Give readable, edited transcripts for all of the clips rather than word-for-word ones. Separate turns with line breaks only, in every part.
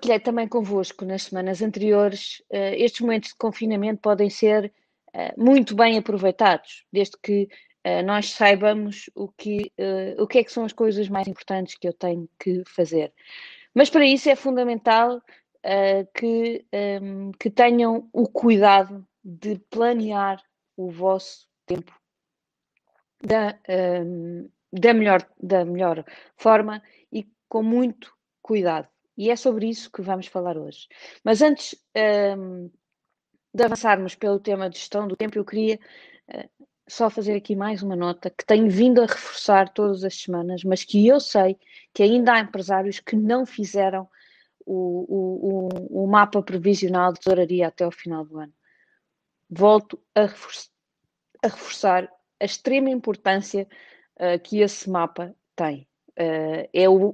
partilhei também convosco nas semanas anteriores, estes momentos de confinamento podem ser muito bem aproveitados, desde que nós saibamos o que é que são as coisas mais importantes que eu tenho que fazer. Mas para isso é fundamental que tenham o cuidado de planear o vosso tempo da melhor forma e com muito cuidado. E é sobre isso que vamos falar hoje. Mas antes de avançarmos pelo tema de gestão do tempo, eu queria só fazer aqui mais uma nota que tenho vindo a reforçar todas as semanas, mas que eu sei que ainda há empresários que não fizeram o mapa previsional de tesouraria até ao final do ano. Volto a reforçar a extrema importância que esse mapa tem. É o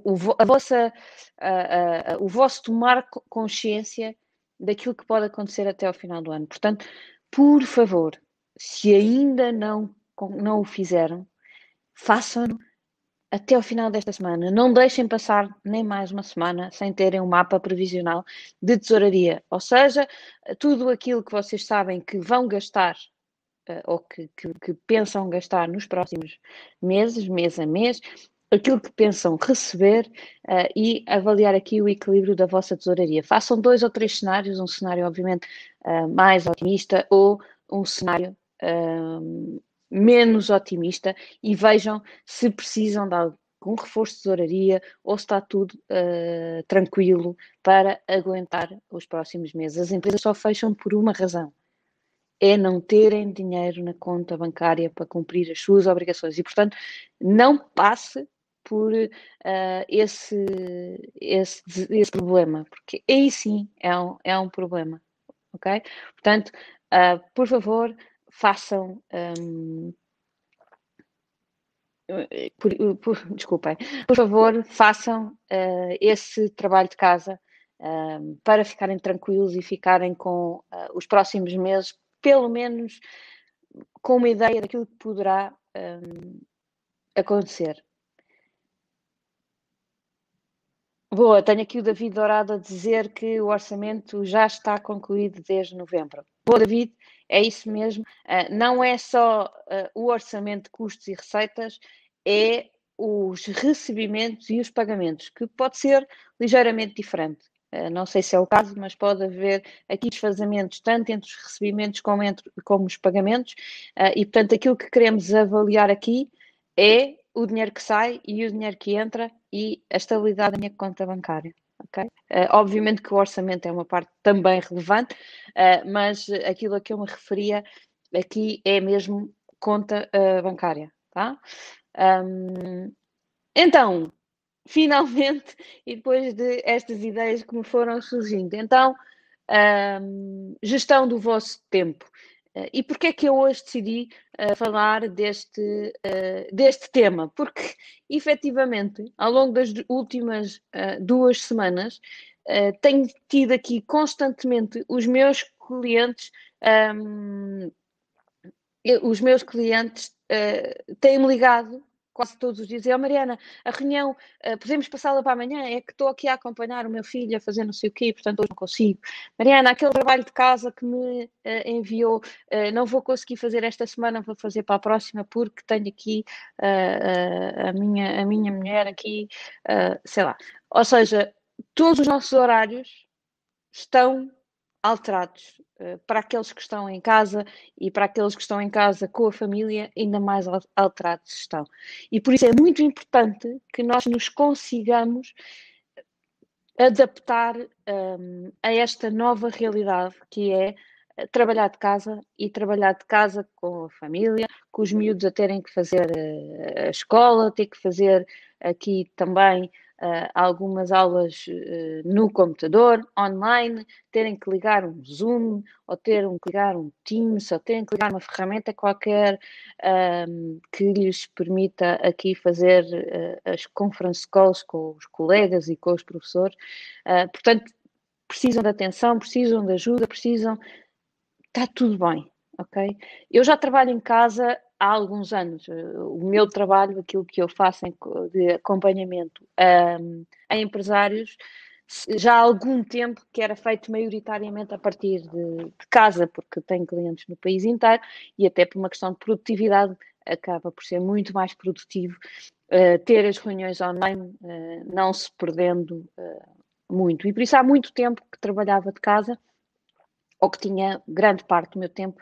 vosso tomar consciência daquilo que pode acontecer até ao final do ano. Portanto, por favor, se ainda não o fizeram, façam-no até ao final desta semana. Não deixem passar nem mais uma semana sem terem um mapa previsional de tesouraria. Ou seja, tudo aquilo que vocês sabem que vão gastar ou que pensam gastar nos próximos meses, mês a mês, aquilo que pensam receber e avaliar aqui o equilíbrio da vossa tesouraria. Façam 2 ou 3 cenários, um cenário obviamente mais otimista ou um cenário menos otimista e vejam se precisam de algum reforço de tesouraria ou se está tudo tranquilo para aguentar os próximos meses. As empresas só fecham por uma razão: é não terem dinheiro na conta bancária para cumprir as suas obrigações. E, portanto, não passe por esse problema, porque aí sim é um problema, ok? Portanto, por favor, façam... desculpem, por favor, façam esse trabalho de casa para ficarem tranquilos e ficarem com os próximos meses, pelo menos com uma ideia daquilo que poderá acontecer. Boa, tenho aqui o David Dourado a dizer que o orçamento já está concluído desde novembro. Boa, David, é isso mesmo. Não é só o orçamento de custos e receitas, é os recebimentos e os pagamentos, que pode ser ligeiramente diferente. Não sei se é o caso, mas pode haver aqui desfazamentos tanto entre os recebimentos como os pagamentos, e portanto aquilo que queremos avaliar aqui é o dinheiro que sai e o dinheiro que entra e a estabilidade da minha conta bancária. Okay? Obviamente que o orçamento é uma parte também relevante, mas aquilo a que eu me referia aqui é mesmo conta bancária. Tá? Então, finalmente, e depois de estas ideias que me foram surgindo, então, gestão do vosso tempo. E porquê é que eu hoje decidi falar deste tema? Porque, efetivamente, ao longo das últimas 2 semanas, tenho tido aqui constantemente os meus clientes têm-me ligado quase todos os dias. Mariana, a reunião, podemos passá-la para amanhã? É que estou aqui a acompanhar o meu filho a fazer não sei o quê, portanto hoje não consigo. Mariana, aquele trabalho de casa que me enviou, não vou conseguir fazer esta semana, vou fazer para a próxima porque tenho aqui a minha mulher aqui, sei lá. Ou seja, todos os nossos horários estão alterados para aqueles que estão em casa e para aqueles que estão em casa com a família, ainda mais alterados estão. E por isso é muito importante que nós nos consigamos adaptar a esta nova realidade que é trabalhar de casa e trabalhar de casa com a família, com os miúdos a terem que fazer a escola, ter que fazer aqui também algumas aulas no computador, online, terem que ligar um Zoom, ou terem que ligar um Teams, ou terem que ligar uma ferramenta qualquer que lhes permita aqui fazer as conference calls com os colegas e com os professores. Portanto, precisam de atenção, precisam de ajuda, está tudo bem, ok? Eu já trabalho em casa há alguns anos. O meu trabalho, aquilo que eu faço de acompanhamento a empresários, já há algum tempo que era feito maioritariamente a partir de casa, porque tenho clientes no país inteiro e até por uma questão de produtividade acaba por ser muito mais produtivo ter as reuniões online, não se perdendo muito. E por isso há muito tempo que trabalhava de casa, ou que tinha grande parte do meu tempo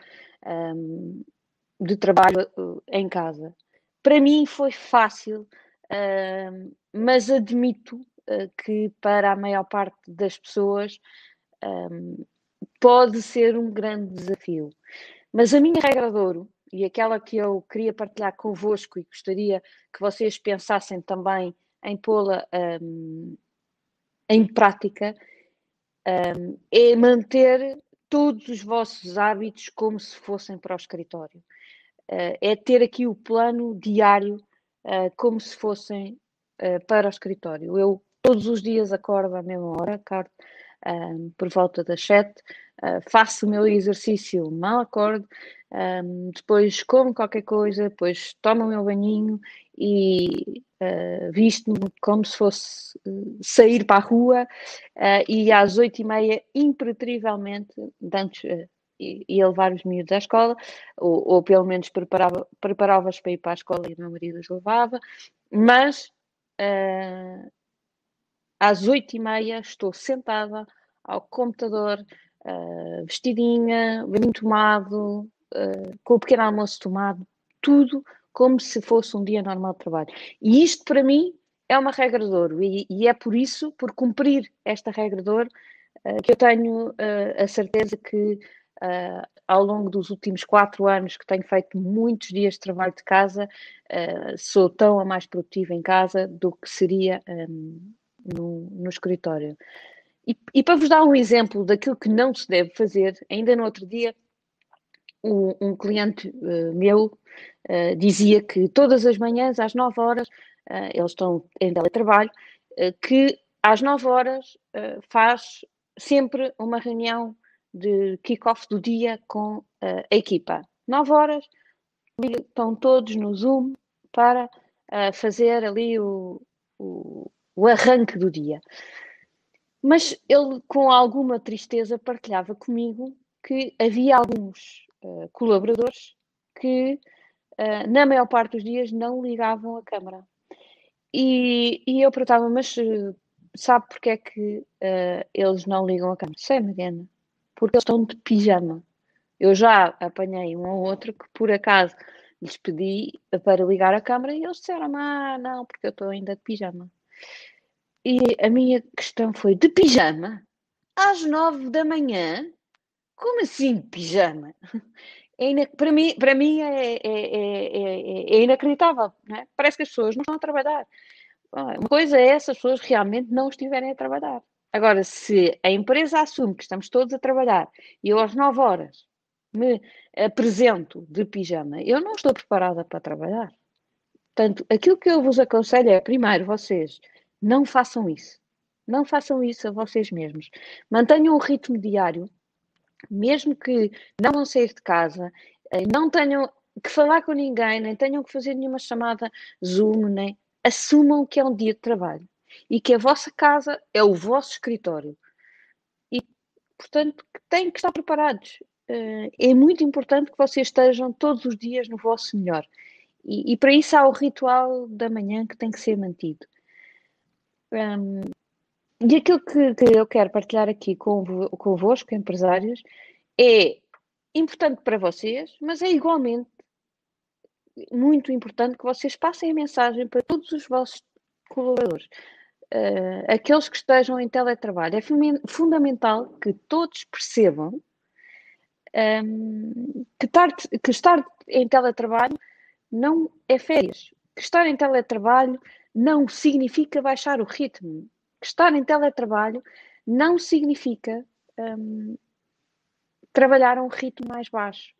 de trabalho em casa. Para mim foi fácil, mas admito que para a maior parte das pessoas pode ser um grande desafio. Mas a minha regra de ouro, e aquela que eu queria partilhar convosco e gostaria que vocês pensassem também em pô-la em prática, é manter todos os vossos hábitos como se fossem para o escritório. É ter aqui o plano diário como se fossem para o escritório. Eu todos os dias acordo à mesma hora, acordo por volta das 7, faço o meu exercício, mal acordo, depois como qualquer coisa, depois tomo o meu banhinho e visto-me como se fosse sair para a rua e às 8h30, impertrivelmente, antes ia levar os miúdos à escola, ou pelo menos preparava-os para ir para a escola e o meu marido os levava, mas às 8h30 estou sentada ao computador, vestidinha, banho tomado, com o pequeno almoço tomado, tudo como se fosse um dia normal de trabalho. E isto para mim é uma regra de ouro e é por isso, por cumprir esta regra de ouro, que eu tenho a certeza que ao longo dos últimos 4 anos que tenho feito muitos dias de trabalho de casa, sou tão a mais produtiva em casa do que seria no escritório. E para vos dar um exemplo daquilo que não se deve fazer, ainda no outro dia, um cliente meu dizia que todas as manhãs, às 9 horas, eles estão em teletrabalho, que às 9 horas faz sempre uma reunião de kick-off do dia com a equipa. 9 horas, estão todos no Zoom para fazer ali o arranque do dia. Mas ele, com alguma tristeza, partilhava comigo que havia alguns colaboradores que, na maior parte dos dias, não ligavam a câmara. E eu perguntava, mas sabe porque é que eles não ligam a câmara? Sei, Mariana, porque eles estão de pijama. Eu já apanhei um ou outro que, por acaso, lhes pedi para ligar a câmara e eles disseram, não, porque eu estou ainda de pijama. E a minha questão foi, de pijama? Às 9 da manhã? Como assim de pijama? Para mim é inacreditável. Não é? Parece que as pessoas não estão a trabalhar. Uma coisa é se as pessoas realmente não estiverem a trabalhar. Agora, se a empresa assume que estamos todos a trabalhar e eu às 9 horas me apresento de pijama, eu não estou preparada para trabalhar. Portanto, aquilo que eu vos aconselho é, primeiro, vocês não façam isso. Não façam isso a vocês mesmos. Mantenham o ritmo diário, mesmo que não vão sair de casa, não tenham que falar com ninguém, nem tenham que fazer nenhuma chamada Zoom, nem assumam que é um dia de trabalho e que a vossa casa é o vosso escritório. E, portanto, têm que estar preparados. É muito importante que vocês estejam todos os dias no vosso melhor. E para isso há o ritual da manhã que tem que ser mantido. E aquilo que eu quero partilhar aqui convosco, empresários, é importante para vocês, mas é igualmente muito importante que vocês passem a mensagem para todos os vossos colaboradores. Aqueles que estejam em teletrabalho. É fundamental que todos percebam que estar em teletrabalho não é férias. Que estar em teletrabalho não significa baixar o ritmo. Que estar em teletrabalho não significa trabalhar a um ritmo mais baixo.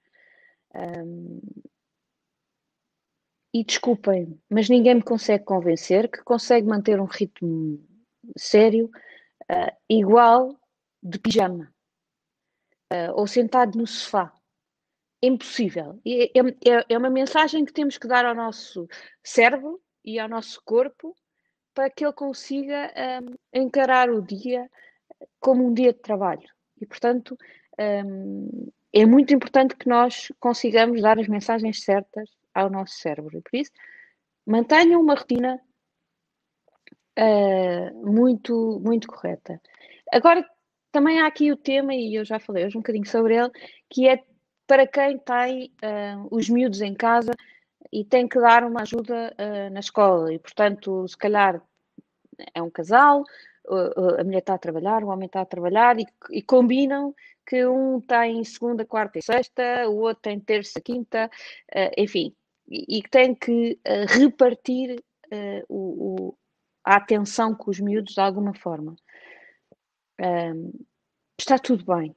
E desculpem, mas ninguém me consegue convencer que consegue manter um ritmo sério, igual de pijama, ou sentado no sofá. É impossível. É uma mensagem que temos que dar ao nosso cérebro e ao nosso corpo para que ele consiga encarar o dia como um dia de trabalho. E, portanto, é muito importante que nós consigamos dar as mensagens certas ao nosso cérebro. E por isso, mantenham uma rotina muito, muito correta. Agora, também há aqui o tema, e eu já falei hoje um bocadinho sobre ele, que é para quem tem os miúdos em casa e tem que dar uma ajuda na escola. E, portanto, se calhar é um casal, a mulher está a trabalhar, o homem está a trabalhar e combinam que um tem segunda, quarta e sexta, o outro tem terça, quinta, enfim, e que tem que repartir a atenção com os miúdos de alguma forma. Está tudo bem.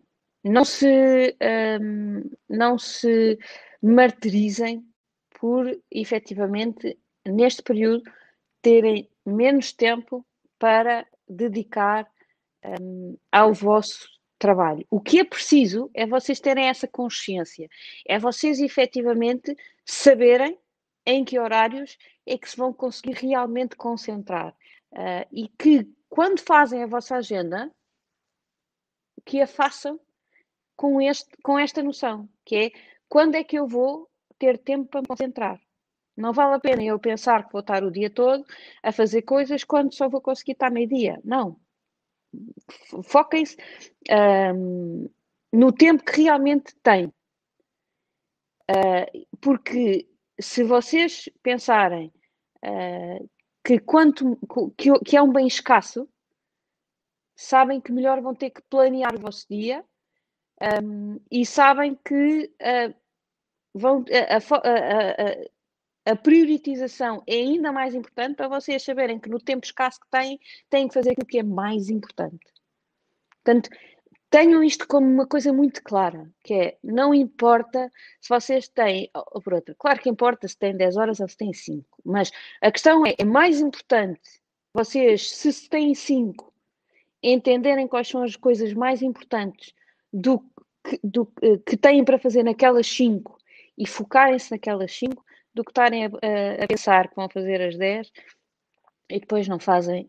Não se martirizem por, efetivamente, neste período, terem menos tempo para dedicar ao vosso trabalho. O que é preciso é vocês terem essa consciência, é vocês efetivamente saberem em que horários é que se vão conseguir realmente concentrar e que quando fazem a vossa agenda, que a façam com esta noção, que é quando é que eu vou ter tempo para me concentrar. Não vale a pena eu pensar que vou estar o dia todo a fazer coisas quando só vou conseguir estar meio-dia. Não. Foquem-se no tempo que realmente têm. Porque se vocês pensarem que é um bem escasso, sabem que melhor vão ter que planear o vosso dia e sabem que a prioritização é ainda mais importante para vocês saberem que no tempo escasso que têm que fazer aquilo que é mais importante. Portanto, tenham isto como uma coisa muito clara, que é, não importa se vocês têm, ou por outra, claro que importa se têm 10 horas ou se têm 5, mas a questão é mais importante vocês, se têm 5, entenderem quais são as coisas mais importantes do que têm para fazer naquelas 5 e focarem-se naquelas 5, do que estarem a pensar que vão fazer as 10 e depois não fazem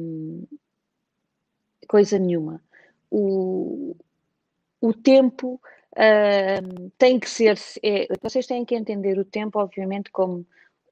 coisa nenhuma. O tempo tem que ser. Vocês têm que entender o tempo, obviamente, como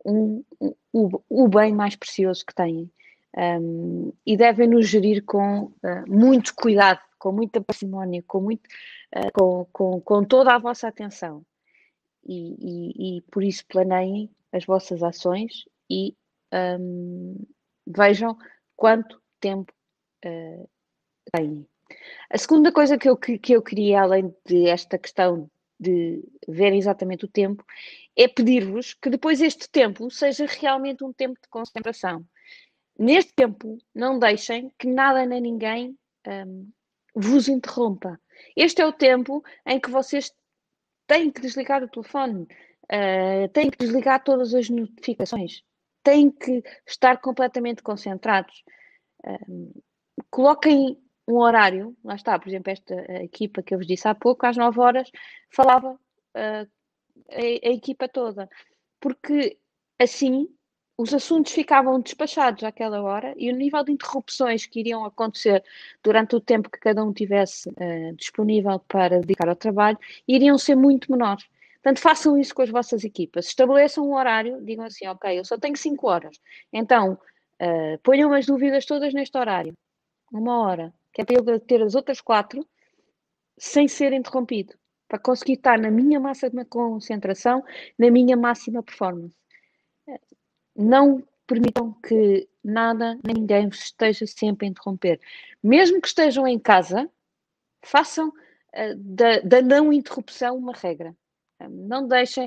o bem mais precioso que têm. E devem nos gerir com muito cuidado, com muita parcimónia, com toda a vossa atenção. E por isso planeiem as vossas ações e vejam quanto tempo têm. A segunda coisa que eu queria, além de esta questão de ver exatamente o tempo, é pedir-vos que depois este tempo seja realmente um tempo de concentração. Neste tempo, não deixem que nada nem ninguém vos interrompa. Este é o tempo em que vocês têm que desligar o telefone, têm que desligar todas as notificações, têm que estar completamente concentrados. Coloquem um horário, lá está, por exemplo, esta equipa que eu vos disse há pouco, às 9 horas, falava a equipa toda, porque assim os assuntos ficavam despachados àquela hora e o nível de interrupções que iriam acontecer durante o tempo que cada um tivesse disponível para dedicar ao trabalho iriam ser muito menores. Portanto, façam isso com as vossas equipas. Estabeleçam um horário, digam assim, ok, eu só tenho 5 horas. Então, ponham as dúvidas todas neste horário. 1 hora. Que é para eu ter as outras 4 sem ser interrompido. Para conseguir estar na minha máxima concentração, na minha máxima performance. Não permitam que nada nem ninguém vos esteja sempre a interromper. Mesmo que estejam em casa, façam da não interrupção uma regra. Não deixem.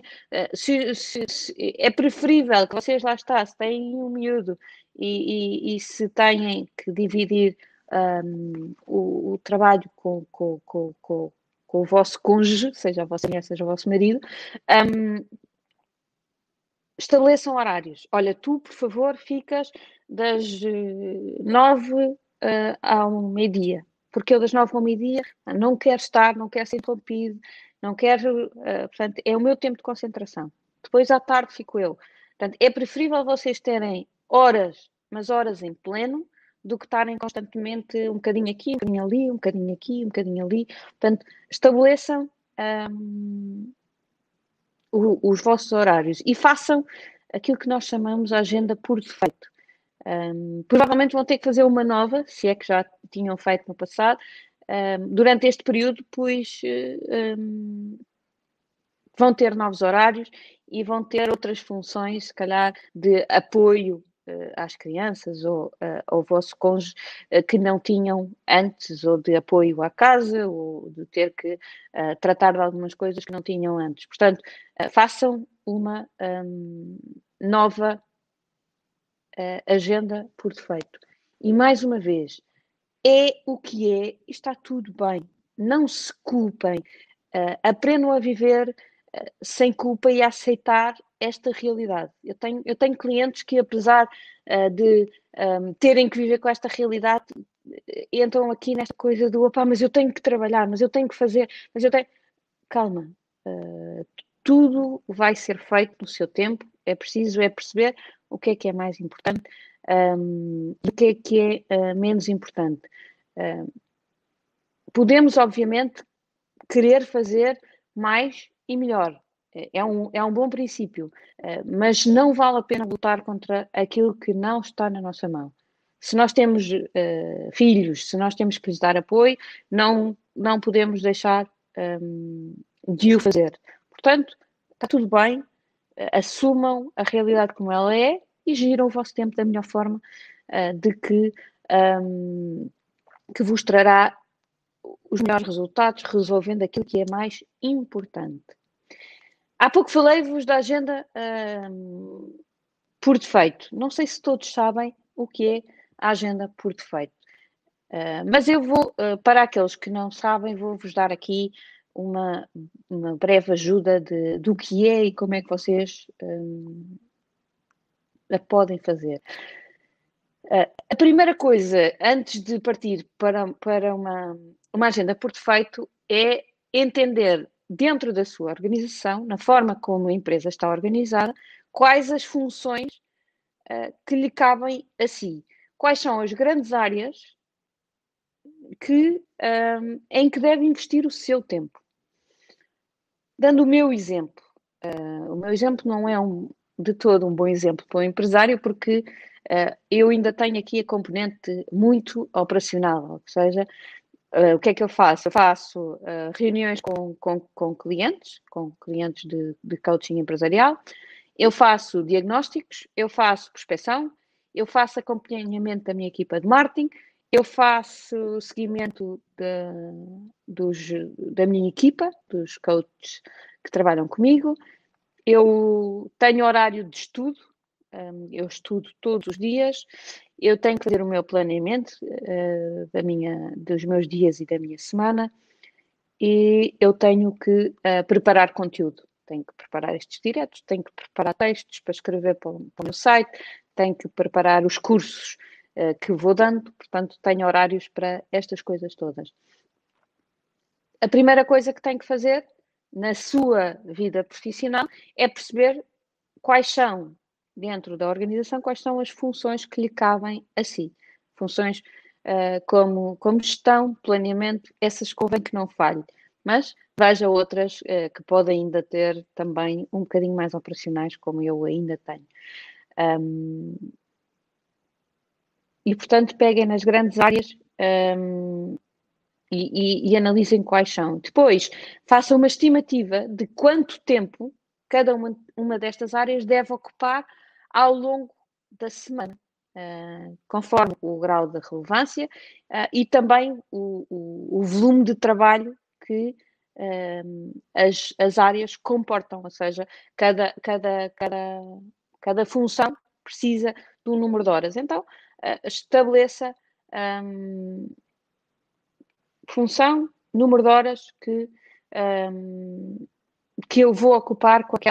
É preferível que vocês lá está, se têm um miúdo e se têm que dividir o trabalho com o vosso cônjuge, seja a vossa mulher, seja o vosso marido, estabeleçam horários. Olha, tu, por favor, ficas das 9 ao meio-dia, porque eu das 9 ao meio-dia não quero estar, não quero ser interrompido, não quero, portanto, é o meu tempo de concentração. Depois à tarde fico eu. Portanto, é preferível vocês terem horas umas horas em pleno do que estarem constantemente um bocadinho aqui, um bocadinho ali, um bocadinho aqui, um bocadinho ali. Portanto, estabeleçam os vossos horários e façam aquilo que nós chamamos a agenda por defeito. Provavelmente vão ter que fazer uma nova, se é que já tinham feito no passado, durante este período, pois vão ter novos horários e vão ter outras funções, se calhar, de apoio às crianças ou ao vosso cônjuge que não tinham antes, ou de apoio à casa, ou de ter que tratar de algumas coisas que não tinham antes. Portanto, façam uma nova agenda por defeito. E mais uma vez, é o que é e está tudo bem. Não se culpem. Aprendam a viver sem culpa e a aceitar esta realidade. Eu tenho clientes que, apesar de terem que viver com esta realidade, entram aqui nesta coisa do opá, mas eu tenho que trabalhar, mas eu tenho que fazer, mas eu tenho. Calma. Tudo vai ser feito no seu tempo. É preciso perceber o que é mais importante e o que é menos importante. Podemos, obviamente, querer fazer mais e melhor. É um bom princípio, mas não vale a pena lutar contra aquilo que não está na nossa mão. Se nós temos filhos, se nós temos que lhes dar apoio, não podemos deixar de o fazer. Portanto, está tudo bem, assumam a realidade como ela é e giram o vosso tempo da melhor forma de que vos trará os melhores resultados, resolvendo aquilo que é mais importante. Há pouco falei-vos da agenda por defeito. Não sei se todos sabem o que é a agenda por defeito. Mas eu vou, para aqueles que não sabem, vou-vos dar aqui uma breve ajuda do que é e como é que vocês a podem fazer. A primeira coisa, antes de partir para uma agenda por defeito, é entender dentro da sua organização, na forma como a empresa está organizada, quais as funções que lhe cabem a si. Quais são as grandes áreas em que deve investir o seu tempo. Dando o meu exemplo. O meu exemplo não é de todo um bom exemplo para um empresário, porque eu ainda tenho aqui a componente muito operacional, ou seja, o que é que eu faço? Eu faço reuniões com clientes de coaching empresarial, eu faço diagnósticos, eu faço prospecção, eu faço acompanhamento da minha equipa de marketing, eu faço seguimento da minha equipa, dos coaches que trabalham comigo, eu tenho horário de estudo, eu estudo todos os dias, eu tenho que fazer o meu planeamento dos meus dias e da minha semana e eu tenho que preparar conteúdo. Tenho que preparar estes diretos, tenho que preparar textos para escrever para o meu site, tenho que preparar os cursos que vou dando, portanto, tenho horários para estas coisas todas. A primeira coisa que tenho que fazer na sua vida profissional é perceber quais são, dentro da organização, quais são as funções que lhe cabem a si. Funções como gestão, planeamento, essas convém que não falhe. Mas veja outras que podem ainda ter também um bocadinho mais operacionais, como eu ainda tenho. E, portanto, peguem nas grandes áreas e analisem quais são. Depois, façam uma estimativa de quanto tempo cada uma destas áreas deve ocupar ao longo da semana, conforme o grau de relevância e também o volume de trabalho que as áreas comportam, ou seja, cada função precisa de um número de horas. Então, estabeleça função, número de horas que eu vou ocupar com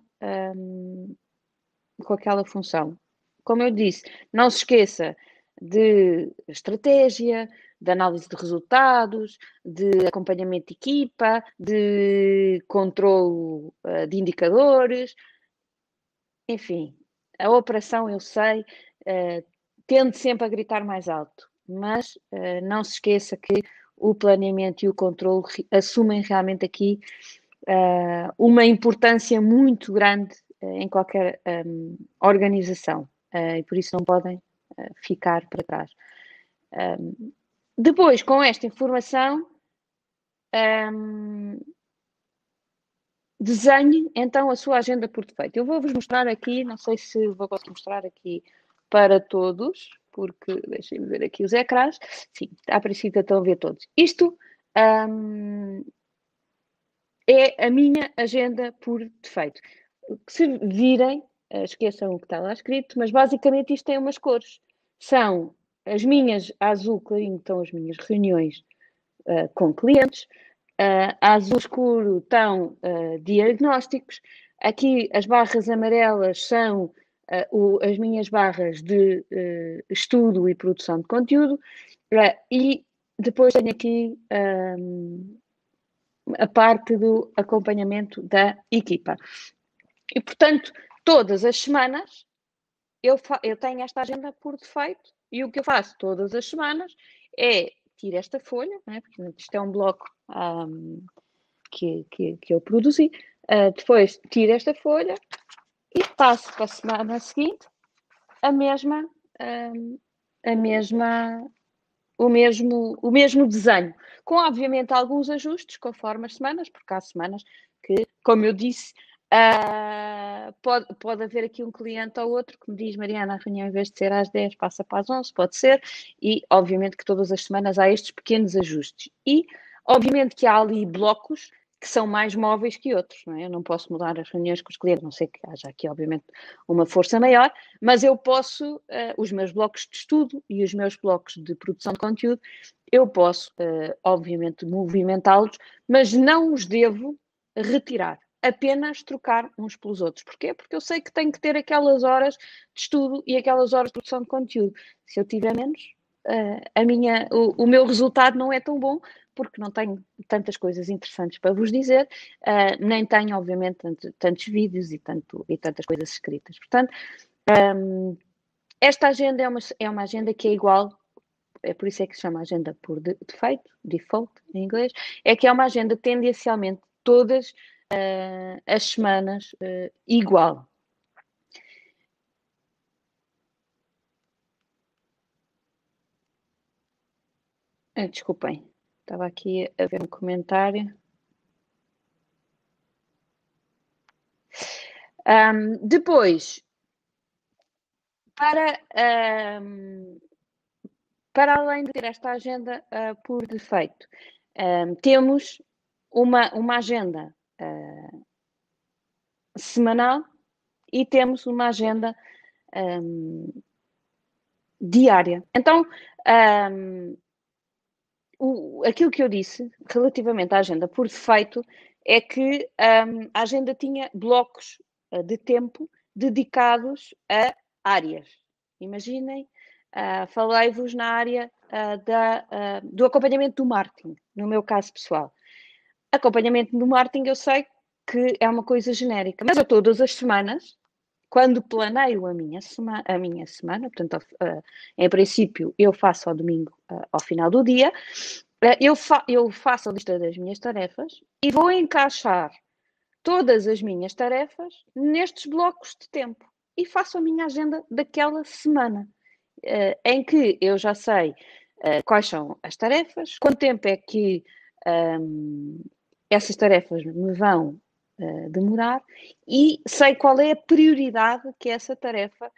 aquela função. Como eu disse, não se esqueça de estratégia, de análise de resultados, de acompanhamento de equipa, de controlo de indicadores, enfim, a operação eu sei, tende sempre a gritar mais alto, mas não se esqueça que o planeamento e o controle assumem realmente aqui uma importância muito grande em qualquer organização e por isso não podem ficar para trás. Depois, com esta informação, desenhe então a sua agenda por defeito. Eu vou-vos mostrar aqui, não sei se vou conseguir mostrar aqui para todos, porque deixem-me ver aqui os ecrãs. Sim, a princípio estão a ver todos. Isto é a minha agenda por defeito. Se virem, esqueçam o que está lá escrito, mas basicamente isto tem umas cores. São as minhas azul clarinho, estão as minhas reuniões com clientes. A azul escuro estão diagnósticos. Aqui as barras amarelas são as minhas barras de estudo e produção de conteúdo. E depois tenho aqui a parte do acompanhamento da equipa. E, portanto, todas as semanas eu tenho esta agenda por defeito e o que eu faço todas as semanas é tiro esta folha, né, porque isto é um bloco que eu produzi, depois tiro esta folha e passo para a semana seguinte o mesmo desenho, com obviamente alguns ajustes conforme as semanas, porque há semanas que, como eu disse, pode haver aqui um cliente ou outro que me diz: Mariana, a reunião em vez de ser às 10 passa para as 11, pode ser, e obviamente que todas as semanas há estes pequenos ajustes. E obviamente que há ali blocos que são mais móveis que outros, não é? Eu não posso mudar as reuniões com os clientes, não sei que haja aqui obviamente uma força maior, mas eu posso, os meus blocos de estudo e os meus blocos de produção de conteúdo, eu posso, obviamente, movimentá-los, mas não os devo retirar, apenas trocar uns pelos outros. Porquê? Porque eu sei que tenho que ter aquelas horas de estudo e aquelas horas de produção de conteúdo. Se eu tiver menos, o meu resultado não é tão bom, porque não tenho tantas coisas interessantes para vos dizer, nem tenho, obviamente, tantos vídeos e tantas coisas escritas. Portanto, esta agenda é uma agenda que é igual, é por isso é que se chama agenda por defeito, default em inglês, é que é uma agenda tendencialmente todas as semanas igual. Desculpem, estava aqui a ver um comentário. Depois, para além de ter esta agenda por defeito, temos uma agenda semanal e temos uma agenda diária. Então, aquilo que eu disse relativamente à agenda por defeito é que a agenda tinha blocos de tempo dedicados a áreas. Imaginem, falei-vos na área do acompanhamento do marketing, no meu caso pessoal. Acompanhamento do marketing eu sei que é uma coisa genérica, mas eu todas as semanas, quando planeio a minha semana, portanto, em princípio, eu faço ao domingo, ao final do dia, eu faço a lista das minhas tarefas e vou encaixar todas as minhas tarefas nestes blocos de tempo e faço a minha agenda daquela semana, em que eu já sei quais são as tarefas, quanto tempo é que essas tarefas me vão demorar e sei qual é a prioridade que essa tarefa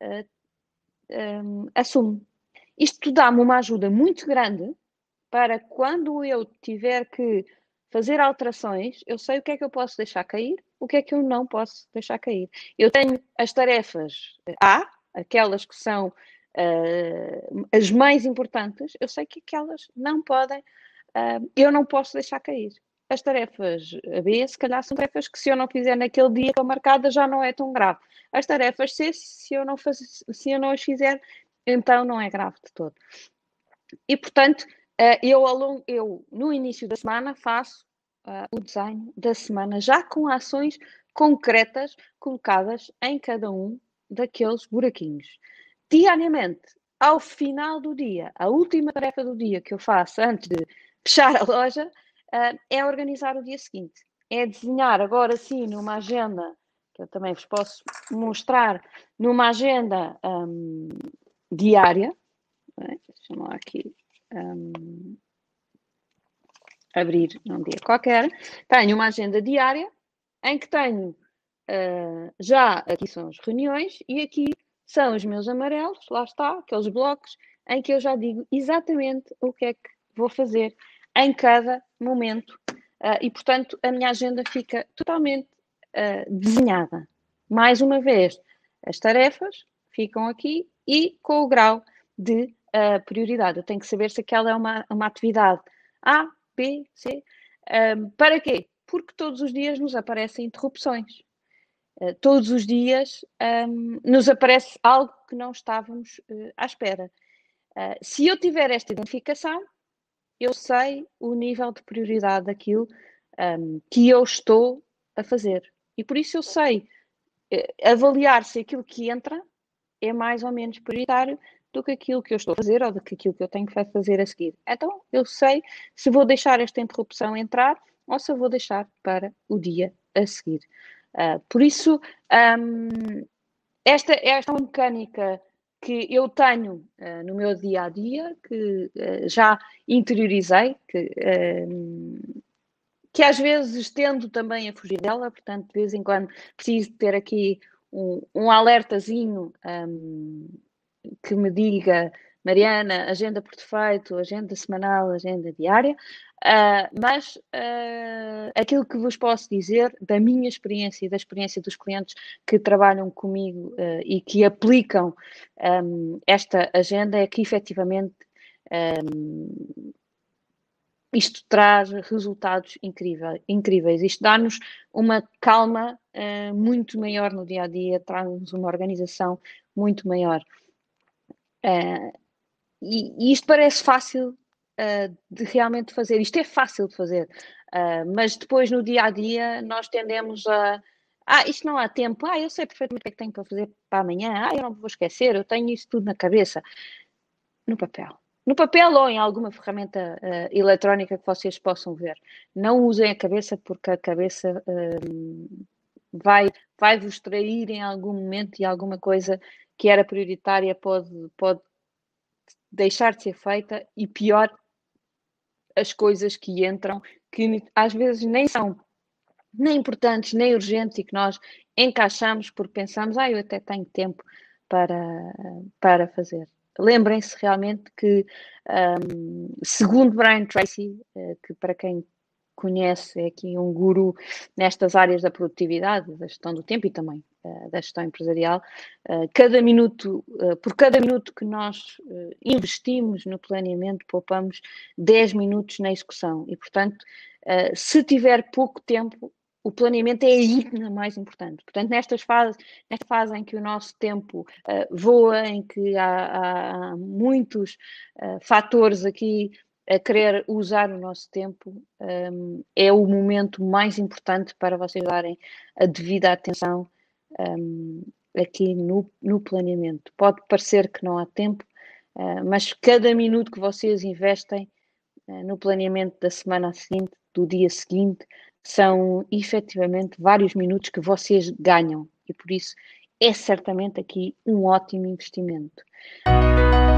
assume. Isto dá-me uma ajuda muito grande para quando eu tiver que fazer alterações, eu sei o que é que eu posso deixar cair, o que é que eu não posso deixar cair. Eu tenho as tarefas A, aquelas que são as mais importantes, eu sei que aquelas não podem, eu não posso deixar cair. As tarefas B, se calhar, são tarefas que se eu não fizer naquele dia que estão marcadas já não é tão grave. As tarefas C, se eu não as fizer, então não é grave de todo. E, portanto, eu no início da semana faço o desenho da semana já com ações concretas colocadas em cada um daqueles buraquinhos. Diariamente ao final do dia, a última tarefa do dia que eu faço antes de fechar a loja, é organizar o dia seguinte. É desenhar agora sim numa agenda, que eu também vos posso mostrar, numa agenda diária. Deixa-me lá aqui abrir num dia qualquer. Tenho uma agenda diária em que tenho já aqui são as reuniões e aqui são os meus amarelos, lá está, aqueles blocos em que eu já digo exatamente o que é que vou fazer em cada momento e, portanto, a minha agenda fica totalmente desenhada. Mais uma vez, as tarefas ficam aqui e com o grau de prioridade. Eu tenho que saber se aquela é uma atividade A, B, C. Para quê? Porque todos os dias nos aparecem interrupções. Todos os dias nos aparece algo que não estávamos à espera. Se eu tiver esta identificação, eu sei o nível de prioridade daquilo que eu estou a fazer. E por isso eu sei avaliar se aquilo que entra é mais ou menos prioritário do que aquilo que eu estou a fazer ou do que aquilo que eu tenho que fazer a seguir. Então, eu sei se vou deixar esta interrupção entrar ou se eu vou deixar para o dia a seguir. Por isso, esta é uma mecânica que eu tenho no meu dia a dia, que já interiorizei, que às vezes tendo também a fugir dela, portanto, de vez em quando preciso ter aqui um alertazinho que me diga, Mariana, agenda por defeito, agenda semanal, agenda diária, mas aquilo que vos posso dizer da minha experiência e da experiência dos clientes que trabalham comigo e que aplicam esta agenda é que efetivamente isto traz resultados incríveis. Isto dá-nos uma calma muito maior no dia a dia, traz-nos uma organização muito maior. E isto parece fácil de realmente fazer. Isto é fácil de fazer, mas depois no dia a dia nós tendemos a. Isto não há tempo. Eu sei perfeitamente o que é que tenho para fazer para amanhã. Eu não vou esquecer, eu tenho isso tudo na cabeça. No papel. No papel ou em alguma ferramenta eletrónica que vocês possam ver. Não usem a cabeça porque a cabeça vai vos trair em algum momento e alguma coisa que era prioritária pode deixar de ser feita e pior, as coisas que entram, que às vezes nem são nem importantes, nem urgentes e que nós encaixamos porque pensamos, eu até tenho tempo para fazer. Lembrem-se realmente que, segundo Brian Tracy, que para quem conhece é aqui um guru nestas áreas da produtividade, da gestão do tempo e também da gestão empresarial, por cada minuto que nós investimos no planeamento, poupamos 10 minutos na execução. E, portanto, se tiver pouco tempo, o planeamento é ainda mais importante. Portanto, nesta fase em que o nosso tempo voa, em que há muitos fatores aqui a querer usar o nosso tempo, é o momento mais importante para vocês darem a devida atenção aqui no planeamento. Pode parecer que não há tempo, mas cada minuto que vocês investem no planeamento da semana seguinte, do dia seguinte, são efetivamente vários minutos que vocês ganham e por isso é certamente aqui um ótimo investimento.